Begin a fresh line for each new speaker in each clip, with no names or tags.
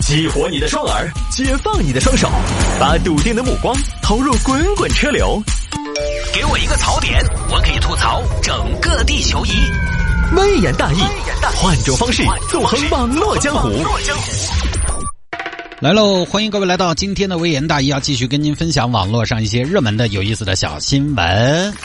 激活你的双耳，解放你的双手，把笃定的目光投入滚滚车流。给我一个槽点，我可以吐槽整个地球仪。微言大义，换种方式纵横网络江湖。
来喽，欢迎各位来到今天的微言大义，要继续跟您分享网络上一些热门的有意思的小新闻。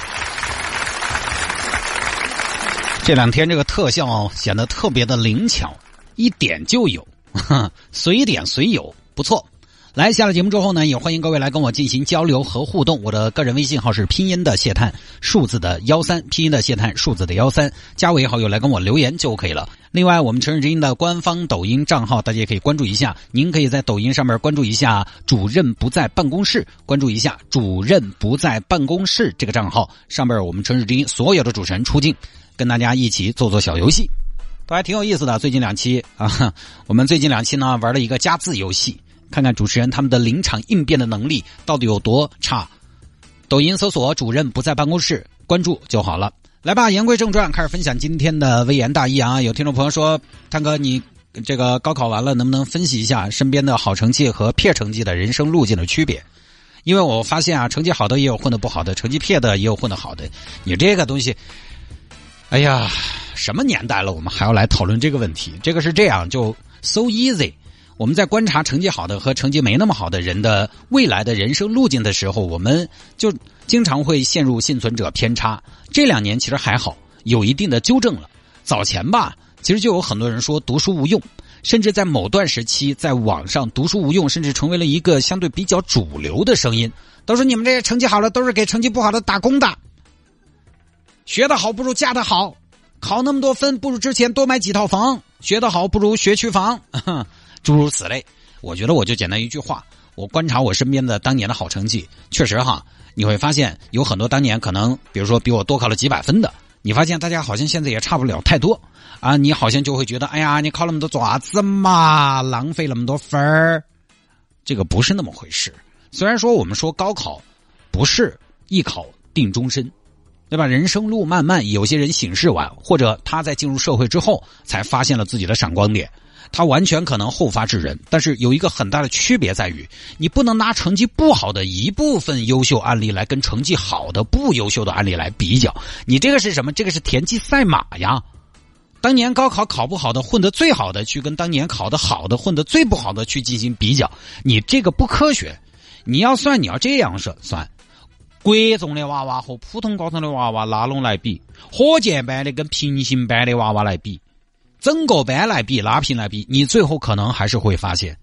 这两天这个特效显得特别的灵巧，一点就有，随点随有，不错。来，下了节目之后呢，也欢迎各位来跟我进行交流和互动。我的个人微信号是拼音的谢探，数字的13，拼音的谢探，数字的13，加为好友来跟我留言就可以了。另外，我们城市之音的官方抖音账号，大家也可以关注一下。您可以在抖音上面关注一下主任不在办公室，关注一下主任不在办公室这个账号，上面我们城市之音所有的主持人出镜，跟大家一起做做小游戏，都还挺有意思的。最近两期啊，我们最近两期呢玩了一个加字游戏，看看主持人他们的临场应变的能力到底有多差。抖音搜索主任不在办公室，关注就好了。来吧，言归正传，开始分享今天的微言大义啊。有听众朋友说，探哥你这个高考完了能不能分析一下身边的好成绩和撇成绩的人生路径的区别？因为我发现啊，成绩好的也有混得不好的，成绩撇的也有混得好的。你这个东西，哎呀，什么年代了我们还要来讨论这个问题？这个是这样，就 so easy。我们在观察成绩好的和成绩没那么好的人的未来的人生路径的时候，我们就经常会陷入幸存者偏差。这2年其实还好，有一定的纠正了。早前吧，其实就有很多人说读书无用，甚至在某段时期在网上读书无用甚至成为了一个相对比较主流的声音，都说你们这些成绩好了都是给成绩不好的打工的，学得好不如嫁得好，考那么多分不如之前多买几套房，学得好不如学区房，诸如此类。我觉得我就简单一句话，我观察我身边的当年的好成绩，确实哈，你会发现有很多当年可能比如说比我多考了几百分的，你发现大家好像现在也差不了太多啊，你好像就会觉得哎呀，你考那么多做啥子嘛，浪费那么多分儿。这个不是那么回事。虽然说我们说高考不是一考定终身，对吧？人生路漫漫，有些人醒世晚，或者他在进入社会之后才发现了自己的闪光点，他完全可能后发制人。但是有一个很大的区别在于，你不能拿成绩不好的一部分优秀案例来跟成绩好的不优秀的案例来比较。你这个是什么？这个是田忌赛马呀。当年高考考不好的混得最好的去跟当年考得好的混得最不好的去进行比较，你这个不科学。你要这样算，国中的娃娃和普通高中的娃娃拉拢来比，火箭班的跟平行班的娃娃来比，整个班来比，拉平来比，你最后可能还是会发现，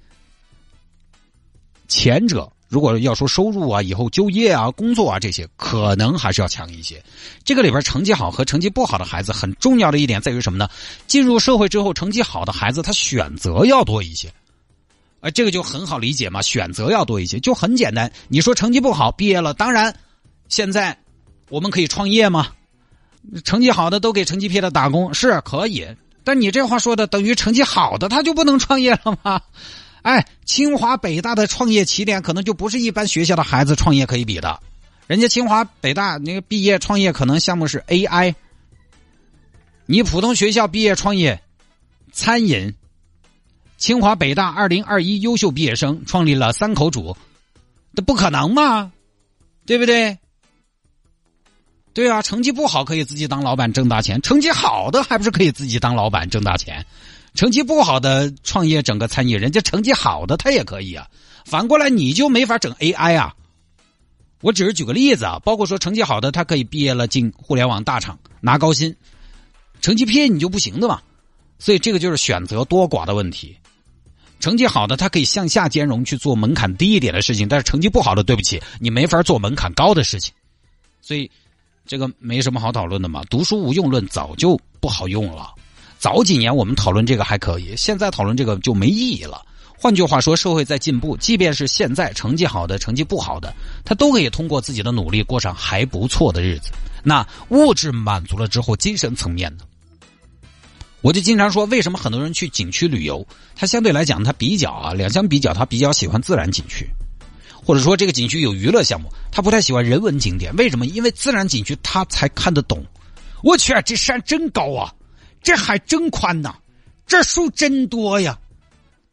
前者如果要说收入啊，以后就业啊，工作啊，这些可能还是要强一些。这个里边成绩好和成绩不好的孩子很重要的一点在于什么呢？进入社会之后，成绩好的孩子他选择要多一些。这个就很好理解嘛，选择要多一些，就很简单。你说成绩不好毕业了，当然现在我们可以创业吗？成绩好的都给成绩撇的打工，是可以，但你这话说的等于成绩好的他就不能创业了吗？清华北大的创业起点可能就不是一般学校的孩子创业可以比的。人家清华北大那个毕业创业可能项目是 AI， 你普通学校毕业创业餐饮，清华北大2021优秀毕业生创立了3口煮，这不可能吗？对不对？对啊，成绩不好可以自己当老板挣大钱，成绩好的还不是可以自己当老板挣大钱？成绩不好的创业整个餐饮，人家成绩好的他也可以啊。反过来你就没法整 AI 啊。我只是举个例子啊，包括说成绩好的他可以毕业了进互联网大厂拿高薪，成绩撇你就不行的嘛。所以这个就是选择多寡的问题。成绩好的他可以向下兼容去做门槛低一点的事情，但是成绩不好的对不起，你没法做门槛高的事情。所以这个没什么好讨论的嘛，读书无用论早就不好用了。早几年我们讨论这个还可以，现在讨论这个就没意义了。换句话说，社会在进步，即便是现在成绩好的成绩不好的，他都可以通过自己的努力过上还不错的日子。那物质满足了之后，精神层面呢？我就经常说，为什么很多人去景区旅游，他相对来讲他比较两相比较，他比较喜欢自然景区，或者说这个景区有娱乐项目，他不太喜欢人文景点。为什么？因为自然景区他才看得懂。我去，这山真高啊，这海真宽呐，这树真多呀。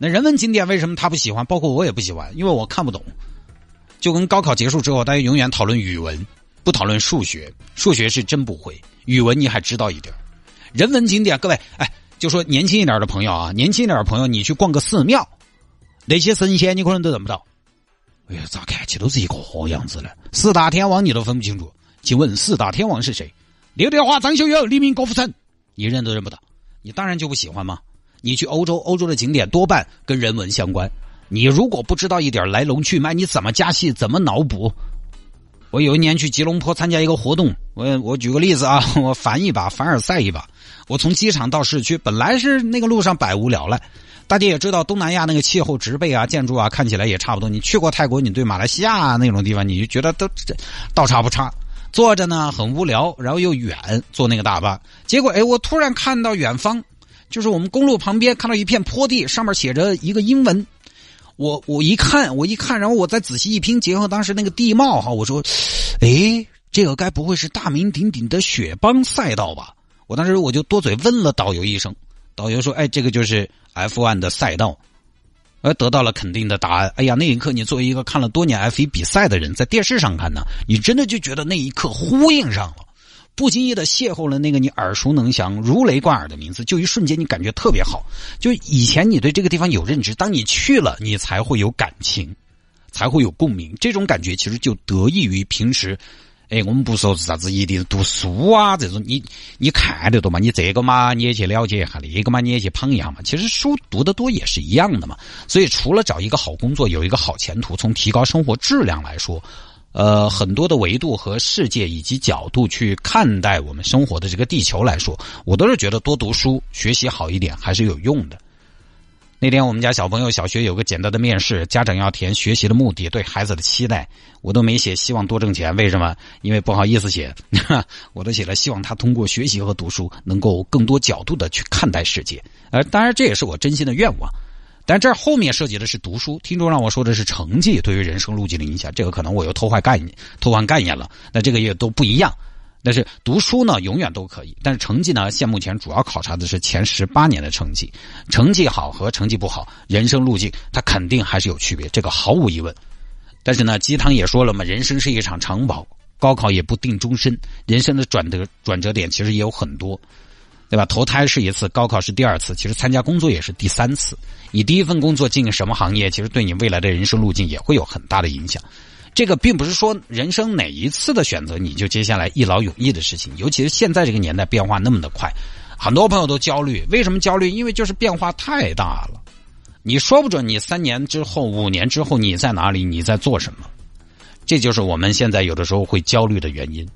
那人文景点为什么他不喜欢？包括我也不喜欢，因为我看不懂。就跟高考结束之后，大家永远讨论语文，不讨论数学。数学是真不会，语文你还知道一点。人文景点，各位，就说年轻一点的朋友啊，年轻一点的朋友，你去逛个寺庙，那些神仙你可能都认不到。哎呀，咋看起都是一个样子呢？四大天王你都分不清楚，请问四大天王是谁？刘德华、张学友、黎明、郭富城，你认都认不到，你当然就不喜欢吗？你去欧洲的景点多半跟人文相关，你如果不知道一点来龙去脉，你怎么加戏，怎么脑补？我有一年去吉隆坡参加一个活动，我举个例子啊，我凡尔赛一把。我从机场到市区，本来是那个路上百无聊赖。大家也知道东南亚那个气候植被啊建筑啊看起来也差不多，你去过泰国，你对马来西亚啊那种地方你就觉得都倒差不差。坐着呢很无聊，然后又远，坐那个大巴，结果我突然看到远方，就是我们公路旁边看到一片坡地，上面写着一个英文。我一看，然后我再仔细一拼，结合当时那个地貌哈，我说这个该不会是大名鼎鼎的雪邦赛道吧？我当时我就多嘴问了导游一声，导游说这个就是 F1 的赛道，得到了肯定的答案。哎呀，那一刻你作为一个看了多年 F1 比赛的人，在电视上看呢，你真的就觉得那一刻呼应上了，不经意的邂逅了那个你耳熟能详如雷贯耳的名字，就一瞬间你感觉特别好。就以前你对这个地方有认知，当你去了你才会有感情，才会有共鸣。这种感觉其实就得益于平时我们不说啥子一定读书啊，这种你看得多嘛，你这个嘛你也去了解一下，那个嘛你也去捧一下嘛，其实书读得多也是一样的嘛。所以除了找一个好工作，有一个好前途，从提高生活质量来说，很多的维度和世界以及角度去看待我们生活的这个地球来说，我都是觉得多读书学习好一点还是有用的。那天我们家小朋友小学有个简单的面试，家长要填学习的目的，对孩子的期待，我都没写希望多挣钱。为什么？因为不好意思写，我都写了希望他通过学习和读书能够更多角度的去看待世界。当然这也是我真心的愿望。但这后面涉及的是读书，听众让我说的是成绩对于人生路径的影响，这个可能我又偷换概念了，那这个也都不一样。但是读书呢永远都可以，但是成绩呢现目前主要考察的是前18年的成绩，成绩好和成绩不好，人生路径它肯定还是有区别，这个毫无疑问。但是呢鸡汤也说了嘛，人生是一场长跑，高考也不定终身，人生的转折点其实也有很多，对吧？投胎是一次，高考是第2次，其实参加工作也是第3次。你第一份工作进什么行业，其实对你未来的人生路径也会有很大的影响。这个并不是说人生哪一次的选择你就接下来一劳永逸的事情，尤其是现在这个年代变化那么的快，很多朋友都焦虑。为什么焦虑？因为就是变化太大了，你说不准你3年之后5年之后你在哪里，你在做什么，这就是我们现在有的时候会焦虑的原因。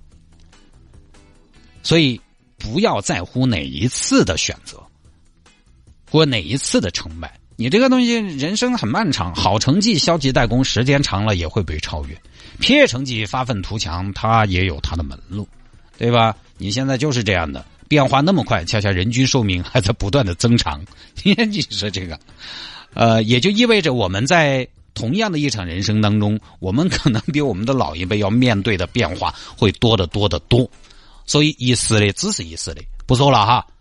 所以不要在乎哪一次的选择或哪一次的成败，你这个东西人生很漫长，好成绩消极怠工，时间长了也会被超越，偏业成绩发愤图强，它也有它的门路，对吧？你现在就是这样的，变化那么快，恰恰人均寿命还在不断的增长，你说这个也就意味着我们在同样的一场人生当中，我们可能比我们的老一辈要面对的变化会多得多。所以一时的只是一时的，不说了哈。